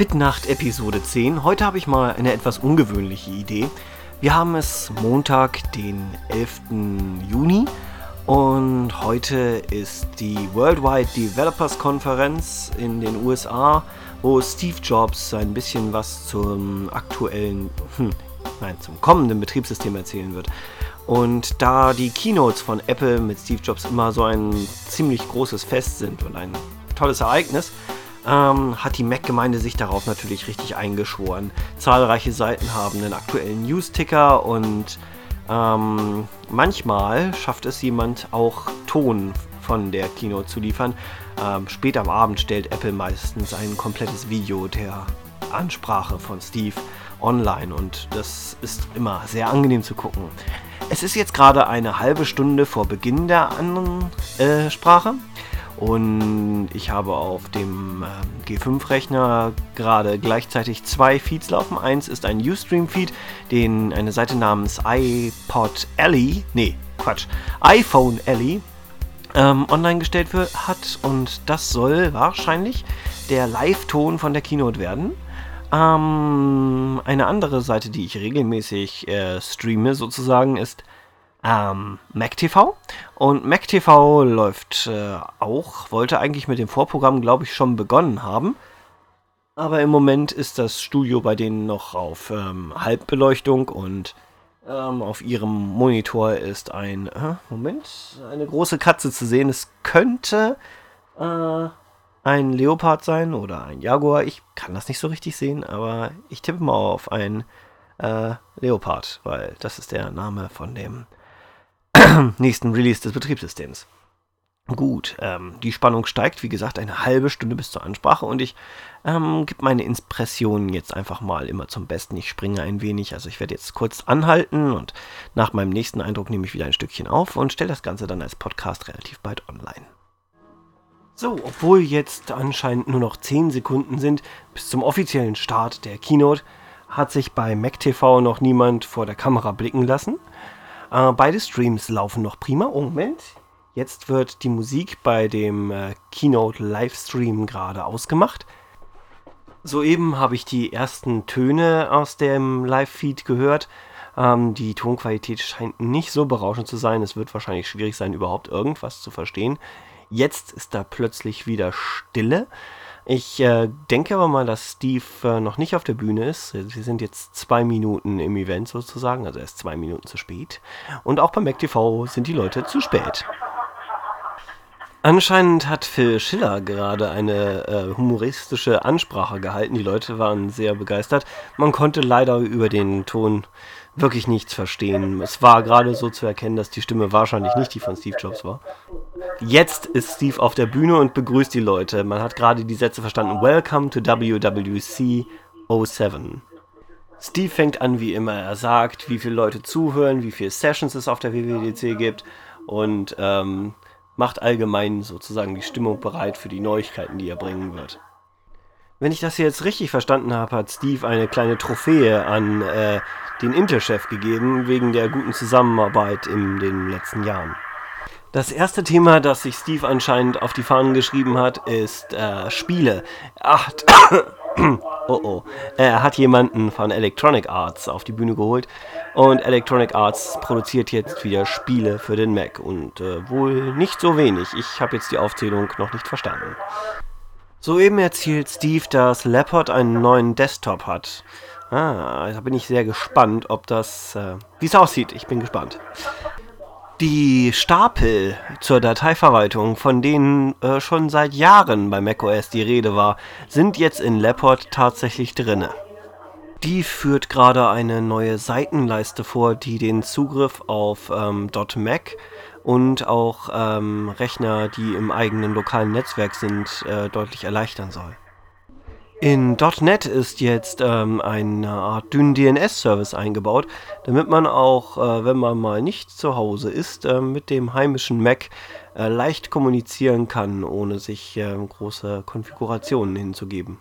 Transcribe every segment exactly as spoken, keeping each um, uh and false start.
Mitnacht Episode zehn. Heute habe ich mal eine etwas ungewöhnliche Idee. Wir haben es Montag, den elften Juni und heute ist die Worldwide Developers Konferenz in den U S A, wo Steve Jobs ein bisschen was zum aktuellen, hm, nein, zum kommenden Betriebssystem erzählen wird. Und da die Keynotes von Apple mit Steve Jobs immer so ein ziemlich großes Fest sind und ein tolles Ereignis, ähm, hat die Mac-Gemeinde sich darauf natürlich richtig eingeschworen. Zahlreiche Seiten haben einen aktuellen News-Ticker und ähm, manchmal schafft es jemand auch Ton von der Keynote zu liefern. Ähm, spät am Abend stellt Apple meistens ein komplettes Video der Ansprache von Steve online und das ist immer sehr angenehm zu gucken. Es ist jetzt gerade eine halbe Stunde vor Beginn der Ansprache und ich habe auf dem äh, G fünf Rechner gerade gleichzeitig zwei Feeds laufen. Eins ist ein Ustream-Feed, den eine Seite namens iPod Alley, nee, Quatsch, iPhone Alley ähm, online gestellt wird, hat und das soll wahrscheinlich der Live-Ton von der Keynote werden. Ähm, eine andere Seite, die ich regelmäßig äh, streame sozusagen, ist ähm, MacTV. Und MacTV läuft äh, auch, wollte eigentlich mit dem Vorprogramm, glaube ich, schon begonnen haben. Aber im Moment ist das Studio bei denen noch auf ähm, Halbbeleuchtung und ähm, auf ihrem Monitor ist ein, äh, Moment, eine große Katze zu sehen. Es könnte äh, ein Leopard sein oder ein Jaguar. Ich kann das nicht so richtig sehen, aber ich tippe mal auf ein äh, Leopard, weil das ist der Name von dem nächsten Release des Betriebssystems. Gut, ähm, die Spannung steigt, wie gesagt, eine halbe Stunde bis zur Ansprache und ich ähm, gebe meine Impressionen jetzt einfach mal immer zum Besten. Ich springe ein wenig, also ich werde jetzt kurz anhalten und nach meinem nächsten Eindruck nehme ich wieder ein Stückchen auf und stelle das Ganze dann als Podcast relativ bald online. So, obwohl jetzt anscheinend nur noch zehn Sekunden sind bis zum offiziellen Start der Keynote, hat sich bei MacTV noch niemand vor der Kamera blicken lassen. Äh, beide Streams laufen noch prima. Oh, Moment. Jetzt wird die Musik bei dem äh, Keynote-Livestream gerade ausgemacht. Soeben habe ich die ersten Töne aus dem Live-Feed gehört. Ähm, die Tonqualität scheint nicht so berauschend zu sein. Es wird wahrscheinlich schwierig sein, überhaupt irgendwas zu verstehen. Jetzt ist da plötzlich wieder Stille. Ich äh, denke aber mal, dass Steve äh, noch nicht auf der Bühne ist. Wir sind jetzt zwei Minuten im Event sozusagen, also erst zwei Minuten zu spät. Und auch bei MacTV sind die Leute zu spät. Anscheinend hat Phil Schiller gerade eine äh, humoristische Ansprache gehalten. Die Leute waren sehr begeistert. Man konnte leider über den Ton wirklich nichts verstehen. Es war gerade so zu erkennen, dass die Stimme wahrscheinlich nicht die von Steve Jobs war. Jetzt ist Steve auf der Bühne und begrüßt die Leute. Man hat gerade die Sätze verstanden. Welcome to W W C null sieben. Steve fängt an wie immer. Er sagt, wie viele Leute zuhören, wie viele Sessions es auf der W W D C gibt und ähm, macht allgemein sozusagen die Stimmung bereit für die Neuigkeiten, die er bringen wird. Wenn ich das hier jetzt richtig verstanden habe, hat Steve eine kleine Trophäe an äh, den Intel-Chef gegeben, wegen der guten Zusammenarbeit in den letzten Jahren. Das erste Thema, das sich Steve anscheinend auf die Fahnen geschrieben hat, ist äh, Spiele. Ach, oh oh. Er hat jemanden von Electronic Arts auf die Bühne geholt und Electronic Arts produziert jetzt wieder Spiele für den Mac und äh, wohl nicht so wenig. Ich habe jetzt die Aufzählung noch nicht verstanden. Soeben erzählt Steve, dass Leopard einen neuen Desktop hat. Ah, da bin ich sehr gespannt, ob das, äh, wie es aussieht. Ich bin gespannt. Die Stapel zur Dateiverwaltung, von denen äh, schon seit Jahren bei macOS die Rede war, sind jetzt in Leopard tatsächlich drinne. Die führt gerade eine neue Seitenleiste vor, die den Zugriff auf ähm, .Mac und auch ähm, Rechner, die im eigenen lokalen Netzwerk sind, äh, deutlich erleichtern soll. In .NET ist jetzt ähm, eine Art dünnen D N S-Service eingebaut, damit man auch, äh, wenn man mal nicht zu Hause ist, äh, mit dem heimischen Mac äh, leicht kommunizieren kann, ohne sich äh, große Konfigurationen hinzugeben.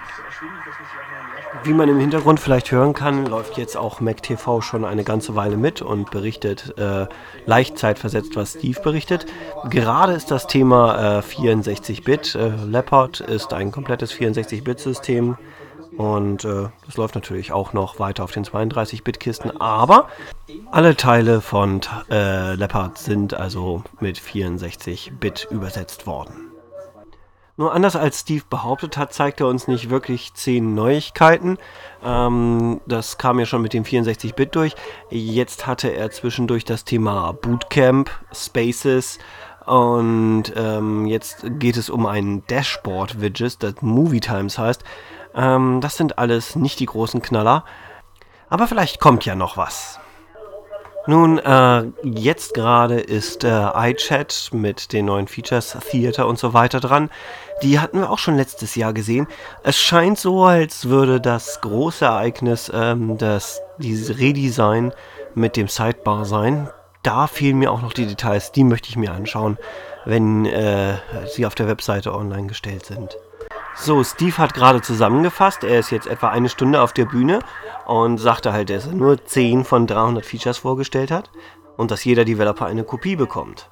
Wie man im Hintergrund vielleicht hören kann, läuft jetzt auch MacTV schon eine ganze Weile mit und berichtet äh, leicht zeitversetzt, was Steve berichtet. Gerade ist das Thema äh, vierundsechzig Bit. Äh, Leopard ist ein komplettes vierundsechzig Bit System Und äh, das läuft natürlich auch noch weiter auf den zweiunddreißig-Bit-Kisten, aber alle Teile von äh, Leopard sind also mit vierundsechzig Bit übersetzt worden. Nur anders als Steve behauptet hat, zeigt er uns nicht wirklich zehn Neuigkeiten. Ähm, das kam ja schon mit dem vierundsechzig Bit durch. Jetzt hatte er zwischendurch das Thema Bootcamp, Spaces und ähm, jetzt geht es um ein Dashboard-Widget, das Movie Times heißt. Ähm, das sind alles nicht die großen Knaller, aber vielleicht kommt ja noch was. Nun, äh, jetzt gerade ist äh, iChat mit den neuen Features, Theater und so weiter dran. Die hatten wir auch schon letztes Jahr gesehen. Es scheint so, als würde das große Ereignis, ähm, das dieses Redesign mit dem Sidebar sein. Da fehlen mir auch noch die Details, die möchte ich mir anschauen, wenn äh, sie auf der Webseite online gestellt sind. So, Steve hat gerade zusammengefasst, er ist jetzt etwa eine Stunde auf der Bühne und sagte halt, dass er nur zehn von dreihundert Features vorgestellt hat und dass jeder Developer eine Kopie bekommt.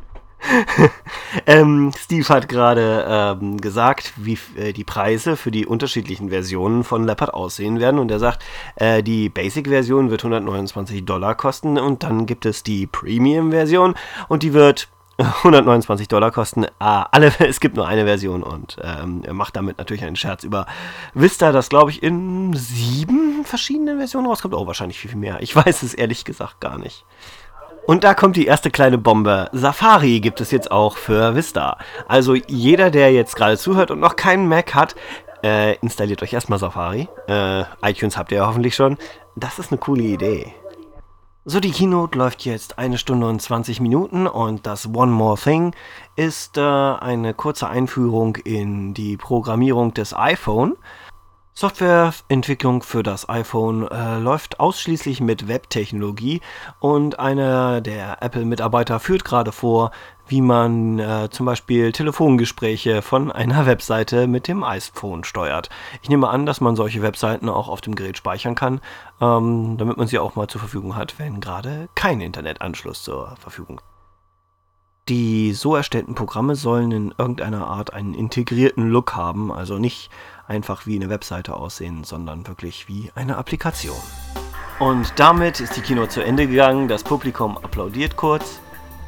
ähm, Steve hat gerade ähm, gesagt, wie äh, die Preise für die unterschiedlichen Versionen von Leopard aussehen werden und er sagt, äh, die Basic-Version wird hundertneunundzwanzig Dollar kosten und dann gibt es die Premium-Version und die wird hundertneunundzwanzig Dollar kosten. Ah, alle, es gibt nur eine Version und ähm, er macht damit natürlich einen Scherz über Vista, das glaube ich in sieben verschiedenen Versionen rauskommt. Oh, wahrscheinlich viel, viel mehr. Ich weiß es ehrlich gesagt gar nicht. Und da kommt die erste kleine Bombe. Safari gibt es jetzt auch für Vista. Also jeder, der jetzt gerade zuhört und noch keinen Mac hat, äh, installiert euch erstmal Safari. Äh, iTunes habt ihr ja hoffentlich schon. Das ist eine coole Idee. So, die Keynote läuft jetzt eine Stunde und zwanzig Minuten und das One More Thing ist äh, eine kurze Einführung in die Programmierung des iPhone. Softwareentwicklung für das iPhone äh, läuft ausschließlich mit Webtechnologie und einer der Apple-Mitarbeiter führt gerade vor, wie man äh, zum Beispiel Telefongespräche von einer Webseite mit dem iPhone steuert. Ich nehme an, dass man solche Webseiten auch auf dem Gerät speichern kann, ähm, damit man sie auch mal zur Verfügung hat, wenn gerade kein Internetanschluss zur Verfügung ist. Die so erstellten Programme sollen in irgendeiner Art einen integrierten Look haben, also nicht einfach wie eine Webseite aussehen, sondern wirklich wie eine Applikation. Und damit ist die Keynote zu Ende gegangen, das Publikum applaudiert kurz.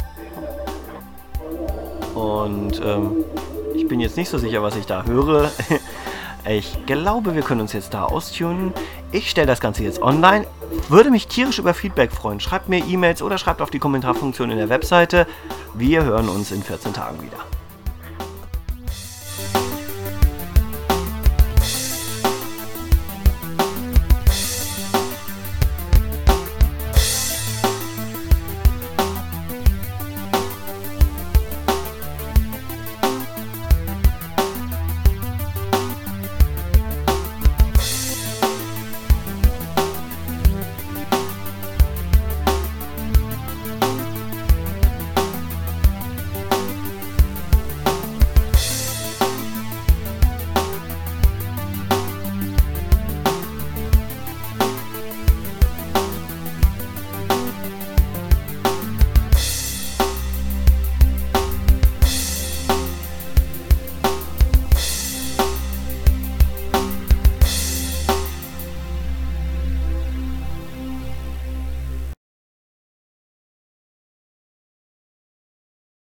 Und ähm, ich bin jetzt nicht so sicher, was ich da höre. Ich glaube, wir können uns jetzt da austunen. Ich stelle das Ganze jetzt online. Würde mich tierisch über Feedback freuen. Schreibt mir E-Mails oder schreibt auf die Kommentarfunktion in der Webseite. Wir hören uns in vierzehn Tagen wieder.